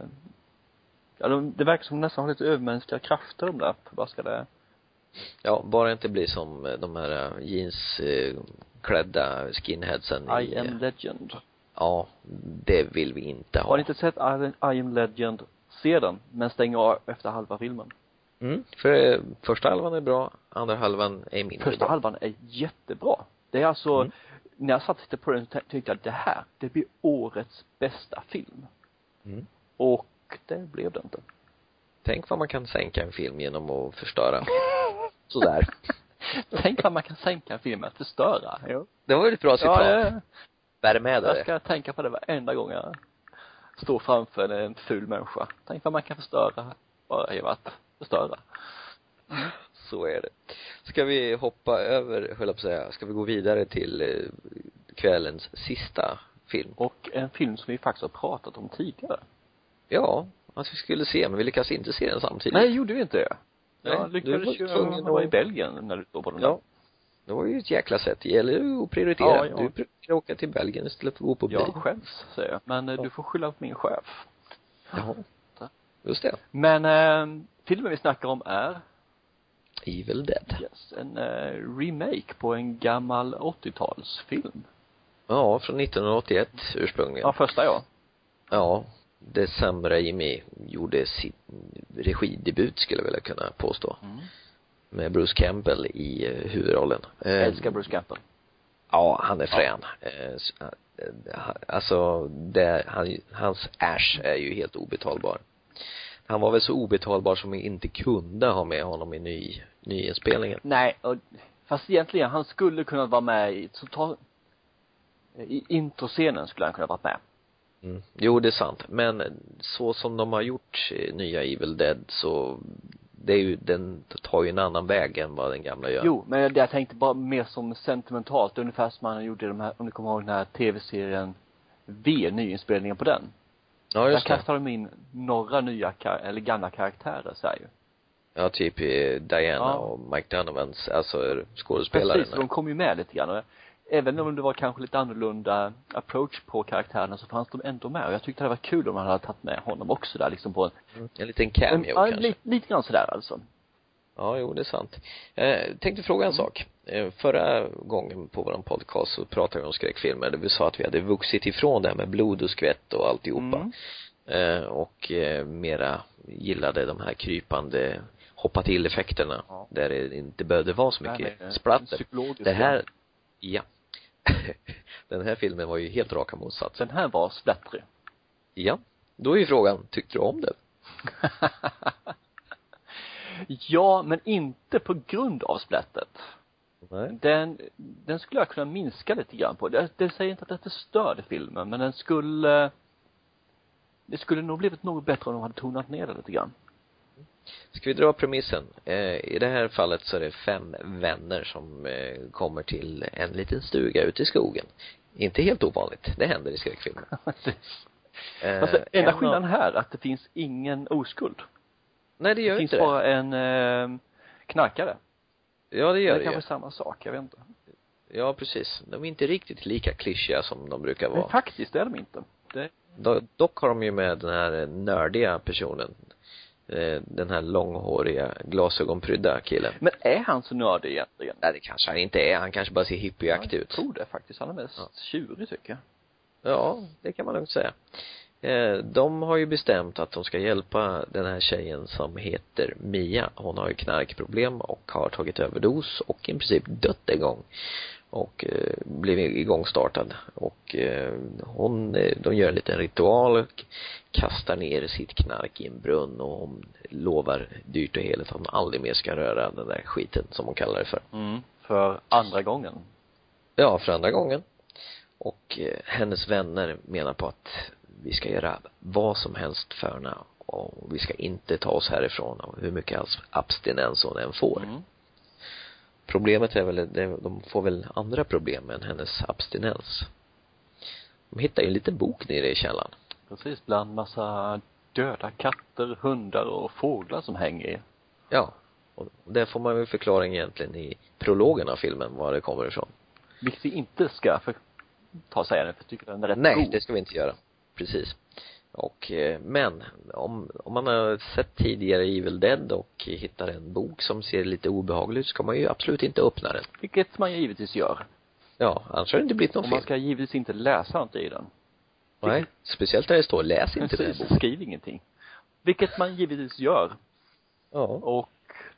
ja, de, det verkar som nästan har lite övermänskliga krafter de där, vad ska det ja, bara inte bli som de här jeans eh, klädda skinheadsen I i, am Legend. Ja, det vill vi inte ha. Har ni inte sett I, I am Legend? Se den, men stäng av efter halva filmen. Mm, för första halvan är bra, andra halvan är mindre Första bra. halvan är jättebra. Det är alltså, mm. när jag satt lite på den tyckte jag att det här, det blir årets bästa film. Mm. Och det blev det inte. Tänk vad man kan sänka en film genom att förstöra. Sådär. Tänk vad man kan sänka en film med att förstöra. Jo. Det var ju ett bra citat. Ja, ja. Bär med det. Jag ska tänka på det varenda gång jag står framför en ful människa. Tänk vad man kan förstöra bara genom att förstöra. Mm. Så är det. Ska vi hoppa över, höll jag på att säga, ska vi gå vidare till eh, kvällens sista film? Och en film som vi faktiskt har pratat om tidigare. Ja, att vi skulle se, men vi lyckas inte se den samtidigt. Nej, gjorde vi inte det? Nej, ja, lyckades ju att vara i Belgien när du stod på den där. Ja, det var ju ett jäkla sätt. Det gäller ju att prioritera. Ja, ja. Du prioriterar åka till Belgien istället för att gå på bio. Jag skäms, säger jag. Men ja. Du får skylla på min chef. Jaha. Just det. Men äh, filmen vi snackar om är Evil Dead. Yes, en äh, remake på en gammal åttiotalsfilm. Ja, från nittonhundraåttioett ursprungligen. Ja, första ja. Ja, det Sam Raimi gjorde sin regidebut, skulle jag vilja kunna påstå. Mm. Med Bruce Campbell i uh, huvudrollen. Jag älskar Bruce Campbell. Ja, han är frän. Ja. Uh, alltså, det, han, hans Ash är ju helt obetalbar. Han var väl så obetalbar som vi inte kunde ha med honom i ny, nyinspelningen. Nej, och, fast egentligen, han skulle kunna vara med i, så ta, i introscenen skulle han kunna vara med. Mm. Jo, det är sant. Men så som de har gjort nya Evil Dead, så det är ju, den tar ju en annan väg än vad den gamla gör. Jo, men det jag tänkte bara mer som sentimentalt, ungefär som man gjorde de här, om du kommer ihåg den här tv-serien V, nyinspelningen på den. Ja, just där det. Kastar de in några nya, eller gamla karaktärer, så här ju. Ja, typ Diana ja. och Mike Donovans, alltså skådespelare. Precis, de kom ju med lite grann. Även om det var kanske lite annorlunda approach på karaktärerna, så fanns de ändå med. Och jag tyckte det var kul om man hade tagit med honom också där, liksom på en... Mm, en liten cameo en, ja, kanske. Lite, lite grann sådär alltså. Ja, jo, det är sant. Eh, tänkte fråga en mm. sak. Eh, förra gången på vår podcast så pratade vi om skräckfilmer. Där vi sa att vi hade vuxit ifrån det här med blod och skvätt och alltihopa. Mm. Eh, och eh, mera gillade de här krypande hoppa till effekterna. Ja. Där det inte behövde vara så mycket nej, splatter. Det här, ja. Den här filmen var ju helt raka motsatsen. Den här var splattrig. Ja. Då är ju frågan, tyckte du om den? Ja, men inte på grund av splättet. Nej. Den, den skulle jag kunna minska lite grann på. Det, det säger inte att det störde filmen, men den skulle, det skulle nog blivit något bättre om de hade tonat ner det lite grann. Ska vi dra premissen? Eh, I det här fallet så är det fem vänner som eh, kommer till en liten stuga ute i skogen. Inte helt ovanligt. Det händer i skräckfilmer. eh, alltså, enda av... skillnaden här är att det finns ingen oskuld. Nej, det gör det inte det. Det finns bara en eh, knarkare. Ja, det gör det. Det är kanske samma sak, jag vet inte. Ja, precis. De är inte riktigt lika klyschiga som de brukar vara. Nej, faktiskt, det är de inte. Det... Do- dock har de ju med den här nördiga personen. Den här långhåriga, glasögonprydda killen. Men är han så nördig egentligen? Nej, det kanske han inte är. Han kanske bara ser hippieaktig ut. Jag tror det faktiskt. Han är mest ja. tjurig, tycker jag. Ja, det kan man lugnt säga. De har ju bestämt att de ska hjälpa den här tjejen som heter Mia. Hon har ju knarkproblem och har tagit överdos och i princip dött en gång. Och eh, blivit igångstartad. Och eh, hon, de gör en liten ritual och kastar ner sitt knark i en brunn. Och hon lovar dyrt och heligt att hon aldrig mer ska röra den där skiten, som hon kallar det för. Mm, för andra gången. Ja, för andra gången. Och eh, hennes vänner menar på att vi ska göra vad som helst för henne. Och vi ska inte ta oss härifrån, och hur mycket abstinens hon än får. Mm. Problemet är väl, de får väl andra problem än hennes abstinens. De hittar ju en liten bok nere i källaren. Precis, bland massa döda katter, hundar och fåglar som hänger i. Ja, och där får man ju förklaring egentligen i prologen av filmen, var det kommer ifrån. Vilket vi inte ska för, ta sig an, för jag tycker den är rätt Nej, god. det ska vi inte göra. Precis. Och, men om, om man har sett tidigare Evil Dead och hittar en bok som ser lite obehaglig ut, så ska man ju absolut inte öppna den. Vilket man givetvis gör. Ja, annars har det inte blivit någon och film. Man ska givetvis inte läsa något i den. Nej, Vilket... speciellt när det står läs inte den boken. Skriv ingenting. Vilket man givetvis gör. Ja. Och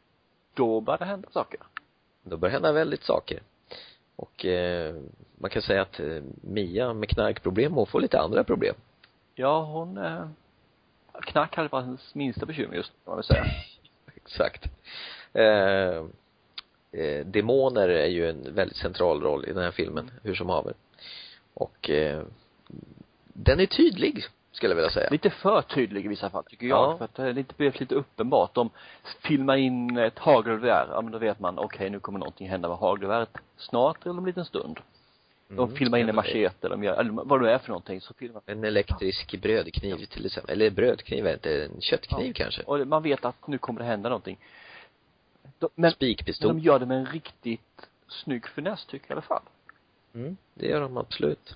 då börjar det hända saker. Då börjar hända väldigt saker. Och eh, man kan säga att eh, Mia med knarkproblem, hon får lite andra problem. Ja, hon eh, knark hade varit hennes minsta bekymmer just, kan man väl säga. Exakt. Eh, eh, demoner är ju en väldigt central roll i den här filmen, hur som haver. Och eh, den är tydlig, skulle jag vilja säga. Lite för tydlig i vissa fall, tycker jag. Ja. För att det är inte blivit lite uppenbart. De filmar in ett hagelgevär. Ja, men då vet man, okej, okay, nu kommer någonting hända med hagelgeväret snart eller om en liten stund. De mm, filmar in en machete, de gör, eller vad det är för någonting, så filmar. En elektrisk ja. brödkniv till exempel. Eller brödkniv, är inte en köttkniv ja. kanske. Och man vet att nu kommer det hända någonting. De, men spikpistol. De gör det med en riktigt snygg finess, tycker jag i alla fall. Mm, det gör de absolut.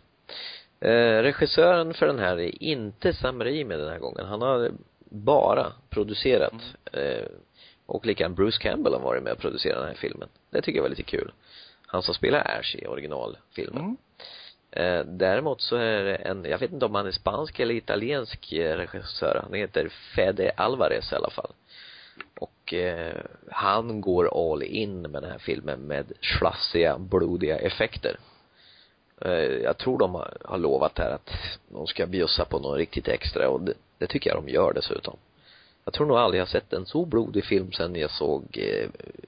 Eh, regissören för den här är inte Sam Raimi den här gången. Han har bara producerat mm. eh, och likadant Bruce Campbell har varit med och producerat den här filmen. Det tycker jag var lite kul. Han som spelar Ash i originalfilmen. Mm. Eh, däremot så är det en, jag vet inte om han är spansk eller italiensk regissör. Han heter Fede Alvarez i alla fall. Och eh, han går all in med den här filmen med slassiga, blodiga effekter. Eh, jag tror de har, har lovat här att de ska bjussa på något riktigt extra, och det, det tycker jag de gör dessutom. Jag tror nog aldrig jag sett en så blodig film sedan jag såg eh,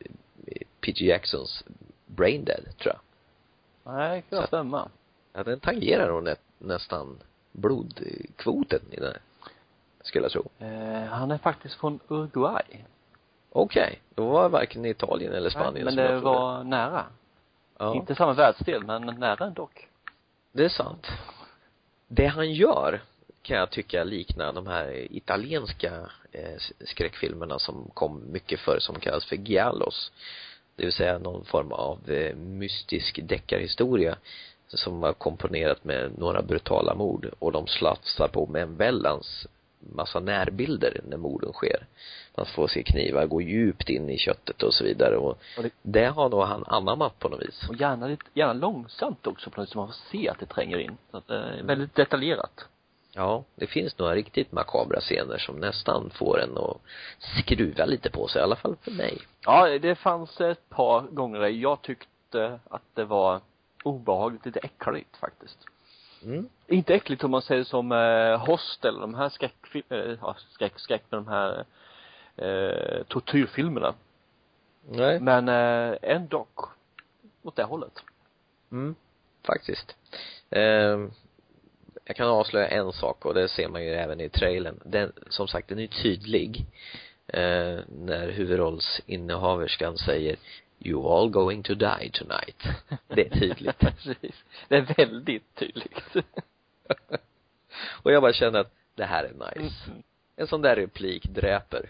P G Jacksons Brain Dead, tror jag. Nej, det kan stämma. Ja, den tangerar nog nä, nästan blodkvoten i den här, skulle jag tro. Eh, han är faktiskt från Uruguay. Okej, okay. Då var varken Italien eller Spanien. Nej, men det var det. nära. Ja. Inte samma världsdel, men nära ändå. Det är sant. Det han gör kan jag tycka liknar de här italienska eh, skräckfilmerna som kom mycket förr, som kallas för giallos. Det vill säga någon form av eh, mystisk deckarhistoria som var komponerat med några brutala mord, och de slafsar på med en väldans massa närbilder när morden sker. Man får se knivar gå djupt in i köttet och så vidare, och, och det, det har då han anammat på något vis. Och gärna, lite, gärna långsamt också på något sätt, man får se att det tränger in. Så att det är väldigt detaljerat. Ja, det finns några riktigt makabra scener som nästan får en att skruva lite på sig, i alla fall för mig. Ja, det fanns ett par gånger där jag tyckte att det var obehagligt, lite äckligt faktiskt. Mm. Inte äckligt om man säger som eh, Hostel, de här skräck, eh, ja, skräck, skräck med de här eh, tortyrfilmerna. Nej. Men eh, ändå åt det hållet. Mm, faktiskt. Eh, jag kan avslöja en sak, och det ser man ju även i trailern. Den, som sagt, den är tydlig. Eh, när huvudrollsinnehaverskan säger "You all going to die tonight." Det är tydligt. Precis. Det är väldigt tydligt. Och jag bara känner att det här är nice. Mm. En sån där replik dräper.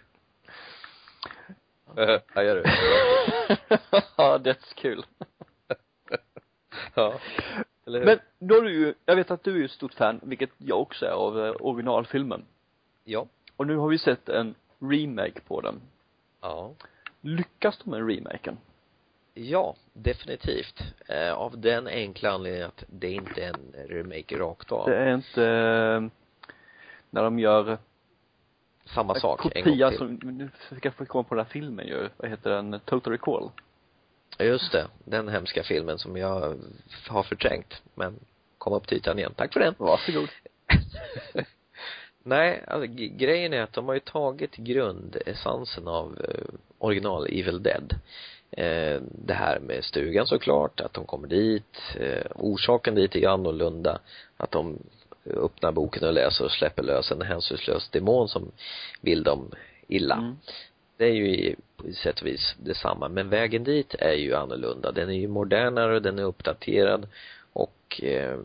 Uh, vad gör du? Ja, det är kul. Ja. Eller hur? Men då är du ju, jag vet att du är ju ett stort fan, vilket jag också är, av eh, originalfilmen. Ja. Och nu har vi sett en remake på den. Ja. Lyckas de med remaken? Ja, definitivt. Eh, av den enkla anledningen att det inte är en remake rakt av. Det är inte eh, när de gör samma sak kopia en gång till. Som, nu fick jag få komma på den här filmen ju. Vad heter den? Total Recall. Just det, den hemska filmen som jag har förträngt, men kom upp till ytan igen. Tack för den. Varsågod. Nej, alltså, g- grejen är att de har ju tagit grundessensen av eh, original Evil Dead. Eh, det här med stugan såklart, att de kommer dit, eh, orsaken dit är ju annorlunda, att de öppnar boken och läser och släpper lös en hänsynslös demon som vill dem illa. Mm. Det är ju i, på sätt och vis detsamma, men vägen dit är ju annorlunda. Den är ju modernare, den är uppdaterad, och eh,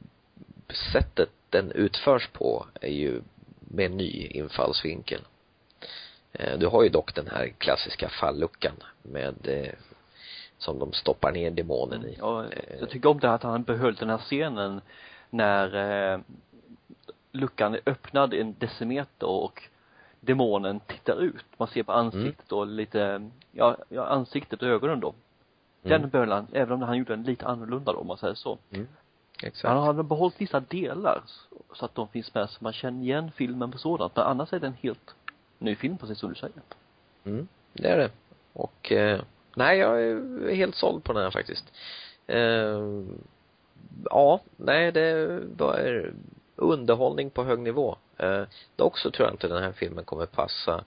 sättet den utförs på är ju med en ny infallsvinkel. Du har ju dock den här klassiska falluckan med eh, som de stoppar ner demonen i. Ja, jag tycker om det att han behöll den här scenen när eh, luckan är öppnad en decimeter och demonen tittar ut. Man ser på ansiktet mm. och lite, ja, ja, ansiktet och ögonen då. Den mm. behöll han, även om han gjorde den lite annorlunda då, om man säger så. Mm. Exakt. Han har behållit vissa delar så att de finns med, så man känner igen filmen på sådant. Men annars är det en helt ny film, precis som du säger. Mm, det är det. Och eh, nej, jag är helt såld på den här faktiskt. Eh, ja, nej, det var underhållning på hög nivå. Eh, dock så tror jag inte den här filmen kommer passa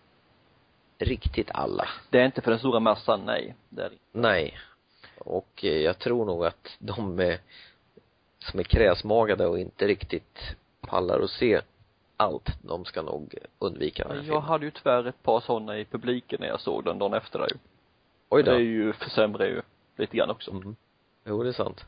riktigt alla. Det är inte för den stora massan, nej. Det är det. Nej. Och eh, jag tror nog att de eh, som är kräsmagade och inte riktigt pallar att se allt, de ska nog undvika den här Jag filmen. hade ju tyvärr ett par sådana i publiken när jag såg den dagen efter där ju. Oj då. Det är ju försämrar ju lite grann också. Mm. Jo, det är sant.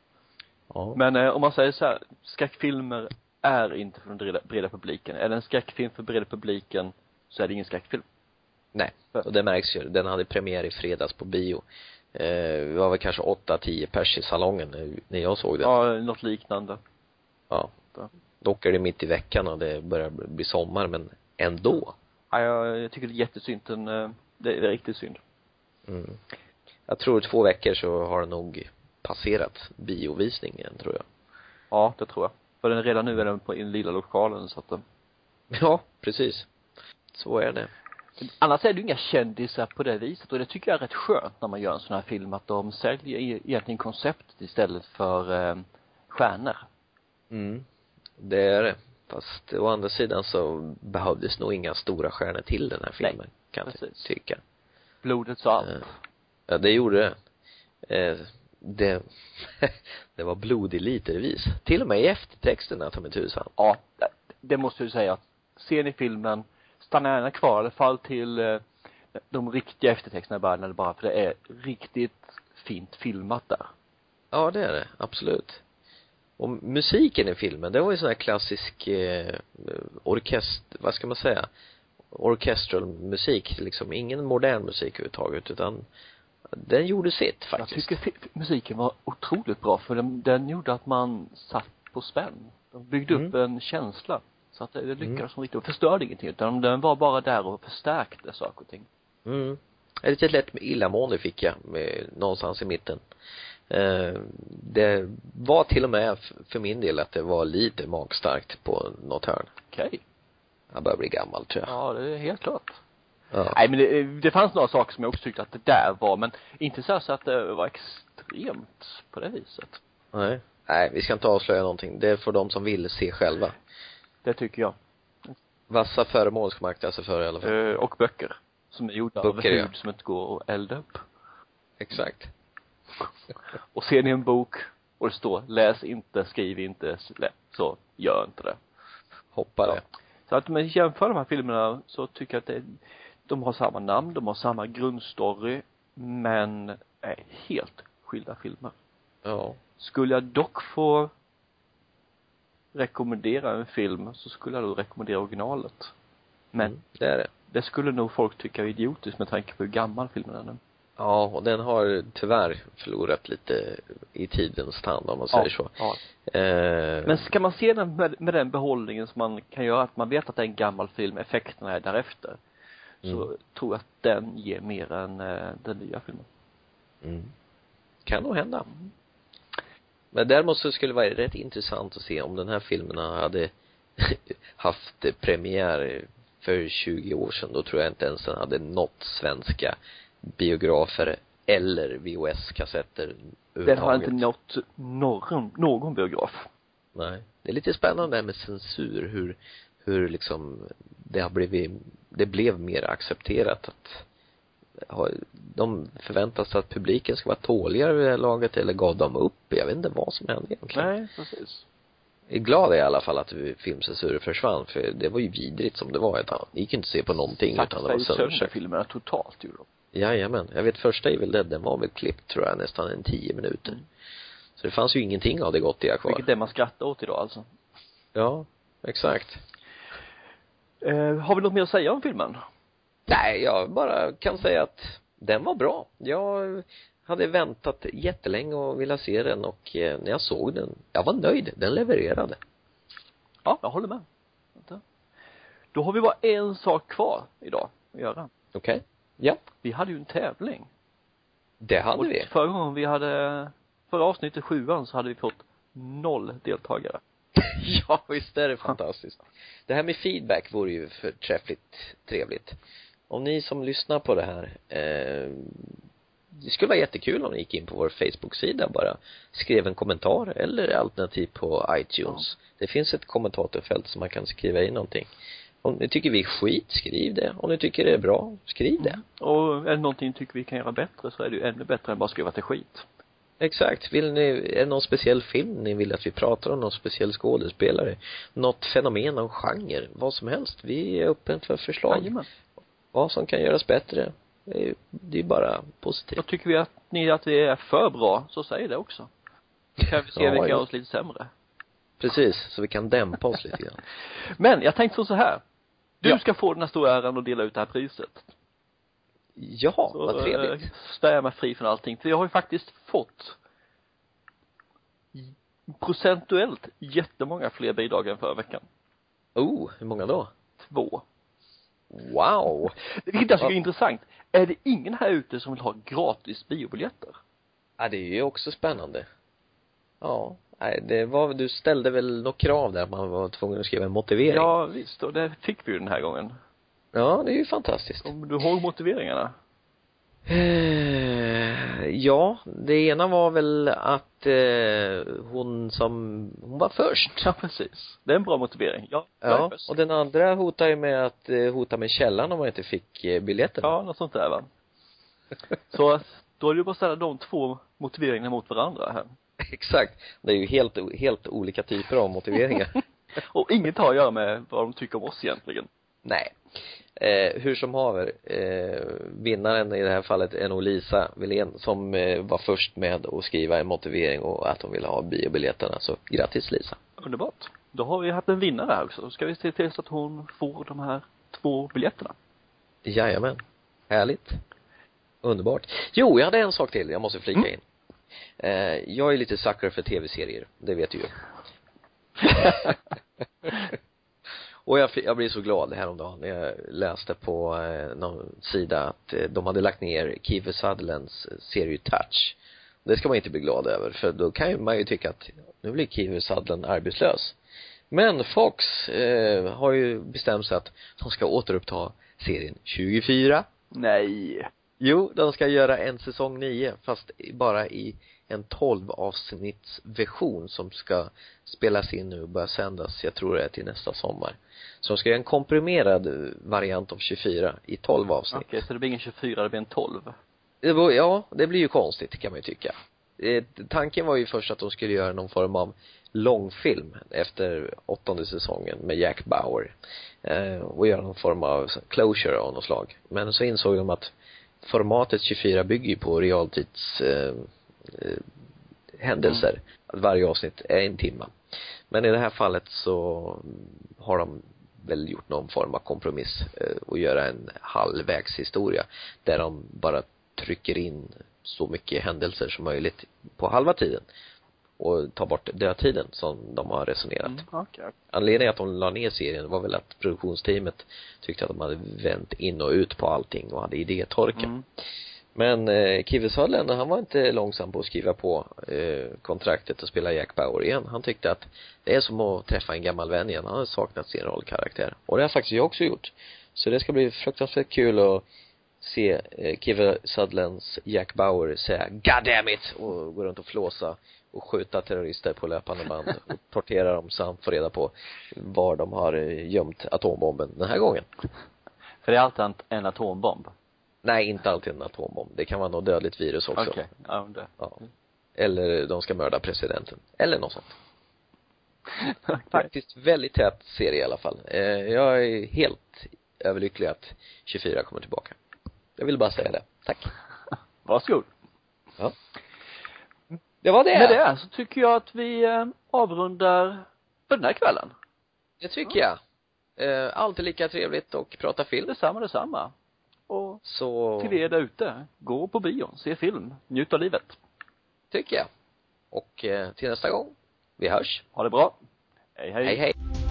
Ja. Men eh, om man säger så här, skräckfilmer är inte för den breda, breda publiken. Är det en skräckfilm för breda publiken så är det ingen skräckfilm. Nej, och det märks ju. Den hade premiär i fredags på bio. Eh, det var väl kanske åtta tio pers i salongen när, när jag såg den. Ja, något liknande. Ja. Dock är det mitt i veckan och det börjar bli sommar, men ändå. Ja, jag, jag tycker det är jättesynd. Den, det är riktigt synd. Mm. Jag tror två veckor så har den nog passerat biovisningen, tror jag. Ja, det tror jag. För den redan nu är den på i den lilla lokalen så att. Ja, precis. Så är det. Annars är det ju inga kändisar på det viset, och det tycker jag är rätt skönt när man gör en sån här film, att de säljer egentligen konceptet istället för eh, stjärnor. Mm. Det är det. Fast å andra sidan så behövdes nog inga stora stjärnor till den här filmen. Nej, kan jag tycka. Blodet så allt. Ja, det gjorde det. Eh, det det var blod i litervis. Till och med i eftertexterna, ta mig tusan. Ja, det, det måste jag säga. Ser ni filmen, stanna gärna kvar i alla fall till eh, de riktiga eftertexterna i början, eller bara för det är riktigt fint filmat där. Ja, det är det. Absolut. Och musiken i filmen, det var ju sån här klassisk eh, orkester, vad ska man säga? Orchestral musik, liksom ingen modern musik överhuvudtaget, utan den gjorde sitt faktiskt. Jag tycker musiken var otroligt bra, för den, den gjorde att man satt på spänn. De byggde mm. upp en känsla så att det, det lyckades mm. som riktigt, och förstörde ingenting, utan den var bara där och förstärkte saker och ting. Mm. Ett litet lätt med illamående fick jag med, någonstans i mitten. Eh, det var till och med för min del att det var lite magstarkt på något hörn. Okej. Okay. Jag börjar bli gammal, tror jag. Ja, det är helt klart. Ja. Nej, men det, det fanns några saker som jag också tyckte att det där var, men inte så, så att det var extremt på det viset. Nej. Nej, vi ska inte avslöja någonting. Det är för de som vill se själva. Det tycker jag. Vassa föremål ska man akta sig för i alla fall. Uh, och böcker. Som är gjorda böcker, av hud ja. som inte går att elda upp. Exakt. Och ser ni en bok och det står läs inte, skriv inte, så gör inte det. Hoppa det. Ja. Så att om man jämför de här filmerna så tycker jag att det, de har samma namn, de har samma grundstory, men är helt skilda filmer. Ja. Skulle jag dock få rekommendera en film så skulle jag då rekommendera originalet. Men mm, det är det. Det skulle nog folk tycka är idiotiskt med tanke på hur gammal filmen är nu. Ja, och den har tyvärr förlorat lite i tidens tand om man säger ja, så. Ja. Eh, Men ska man se den med, med den behållningen som man kan göra, att man vet att det är en gammal film, effekterna är därefter, mm. så tror jag att den ger mer än eh, den nya filmen. Mm. Kan nog hända. Mm. Men däremot så skulle det vara rätt intressant att se om den här filmen hade haft premiär för tjugo år sedan. Då tror jag inte ens den hade nått svenska biografer eller V H S-kassetter. Den har inte nått någon, någon biograf. Nej. Det är lite spännande med censur, hur, hur liksom det har blivit, det blev mer accepterat att de förväntar sig att publiken ska vara tåligare vid det här laget, eller gav dem upp. Jag vet inte vad som hände egentligen. Nej, precis. Jag är glad i alla fall att filmcensuren försvann, för det var ju vidrigt som det var ett tag. Det gick inte att se på någonting Satt utan det var sönder filmerna totalt ju då. Jajamän. Jag vet första Evil Dead, den var väl klippt tror jag nästan en tio minuter. Mm. Så det fanns ju ingenting av det gottiga kvar. Vilket det man skrattar åt idag alltså. Ja, exakt. Eh, har vi något mer att säga om filmen? Nej, jag bara kan säga att den var bra. Jag hade väntat jättelänge och ville se den, och eh, när jag såg den, jag var nöjd. Den levererade. Ja, jag håller med. Vänta. Då har vi bara en sak kvar idag att göra. Okej. Okay. Ja. Vi hade ju en tävling. Det hade och vi. Förra gången vi hade, förra avsnittet sjuan så hade vi fått noll deltagare. Ja, visst är det fantastiskt. Det här med feedback vore ju förträffligt trevligt. Om ni som lyssnar på det här, eh, det skulle vara jättekul om ni gick in på vår Facebook-sida, bara skrev en kommentar eller alternativ på iTunes. Ja. Det finns ett kommentatorfält som man kan skriva in någonting. Om ni tycker vi är skit, skriv det. Om ni tycker det är bra, skriv det. Mm. Och är det någonting ni tycker vi kan göra bättre, så är det ju ännu bättre än bara skriva till skit. Exakt. Vill ni, är det någon speciell film ni vill att vi pratar om, någon speciell skådespelare, något fenomen, någon genre, vad som helst. Vi är öppen för förslag. Jajamän. Vad som kan göras bättre. Det är, det är bara positivt. Och tycker vi att ni att vi är för bra, så säg det också. Så kan vi se ja, vi kan göra oss lite sämre. Precis, så vi kan dämpa oss lite grann. Men jag tänkte så här. Du ja. ska få den här stora äran och dela ut det här priset. Ja, så, vad trevligt. Äh, spär mig fri från allting. För jag har ju faktiskt fått procentuellt jättemånga fler bidrag än förra veckan. Oh, hur många då? Två. Wow. Vilket jag tycker är intressant. Är det ingen här ute som vill ha gratis biobiljetter? Ja, det är ju också spännande. Ja, nej, det var, du ställde väl något krav där att man var tvungen att skriva en motivering. Ja, visst. Och det fick vi ju den här gången. Ja, det är ju fantastiskt. Om du har motiveringarna? Eh, ja, det ena var väl att eh, hon som hon var först. Ja, precis. Det är en bra motivering. Ja, ja, och den andra hotar ju med att eh, hota med källan om man inte fick eh, biljetten. Ja, något sånt där va. Så då är det ju bara att ställa de två motiveringarna mot varandra här. Exakt. Det är ju helt, helt olika typer av motiveringar. Och inget har att göra med vad de tycker om oss egentligen. Nej. Eh, hur som haver, eh, vinnaren i det här fallet är nog Lisa Wilén, som eh, var först med att skriva en motivering och att hon ville ha biobiljetterna. Så grattis Lisa. Underbart. Då har vi haft en vinnare här också. Ska vi se till så att hon får de här två biljetterna. Jajamän. Härligt. Underbart. Jo, jag hade en sak till. Jag måste flika mm. in. Eh, jag är lite sucker för tv-serier. Det vet du ju. Och jag, jag blev så glad häromdagen när jag läste på eh, någon sida att eh, de hade lagt ner Kiefer Sutherlands serie Touch. Det ska man inte bli glad över, för då kan ju man ju tycka att nu blir Kiefer Sutherland arbetslös. Men Fox eh, har ju bestämt sig att de ska återuppta serien tjugofyra. Nej. Jo, de ska göra en säsong nio, fast bara i en tolv avsnittsversion som ska spelas in nu och börja sändas, jag tror det är till nästa sommar. Så de ska göra en komprimerad variant av tjugofyra i tolv avsnitt. Okej, så det blir ingen tjugofyra, det blir en tolv. Ja, det blir ju konstigt kan man ju tycka. Tanken var ju först att de skulle göra någon form av långfilm efter åttonde säsongen med Jack Bauer eh, och göra någon form av closure av något slag. Men så insåg de att formatet tjugofyra bygger på realtids eh, eh, händelser. Mm. Att varje avsnitt är en timme. Men i det här fallet så har de väl gjort någon form av kompromiss eh, och göra en halvvägshistoria där de bara trycker in så mycket händelser som möjligt på halva tiden och ta bort dödtiden som de har resonerat. Mm, okay. Anledningen att de la ner serien var väl att produktionsteamet tyckte att de hade vänt in och ut på allting och hade idétorka. Mm. Men eh, Kiefer Sutherland, han var inte långsam på att skriva på eh, kontraktet och spela Jack Bauer igen. Han tyckte att det är som att träffa en gammal vän igen. Han har saknat sin rollkaraktär. Och det har faktiskt jag också gjort. Så det ska bli fruktansvärt kul att se eh, Kiefer Sutherlands Jack Bauer säga God damn it och gå runt och flåsa och skjuta terrorister på löpande band och tortera dem samt få reda på var de har gömt atombomben den här gången. För det är alltid en atombomb? Nej, inte alltid en atombomb. Det kan vara något dödligt virus också. Okej, okay. Ja, det. Ja. Eller de ska mörda presidenten. Eller något sånt. Okay. Faktiskt väldigt tät serie i alla fall. Jag är helt överlycklig att tjugofyra kommer tillbaka. Jag vill bara säga det. Tack. Varsågod. Ja. Det var det. Med det så tycker jag att vi eh, avrundar för den här kvällen. Det tycker ja. jag. Eh, alltid lika trevligt och prata film. Detsamma, detsamma. Och så till er där ute, gå på bion, se film, njut av livet. Tycker jag. Och eh, till nästa gång. Vi hörs. Ha det bra. Hej, hej. Hej, hej.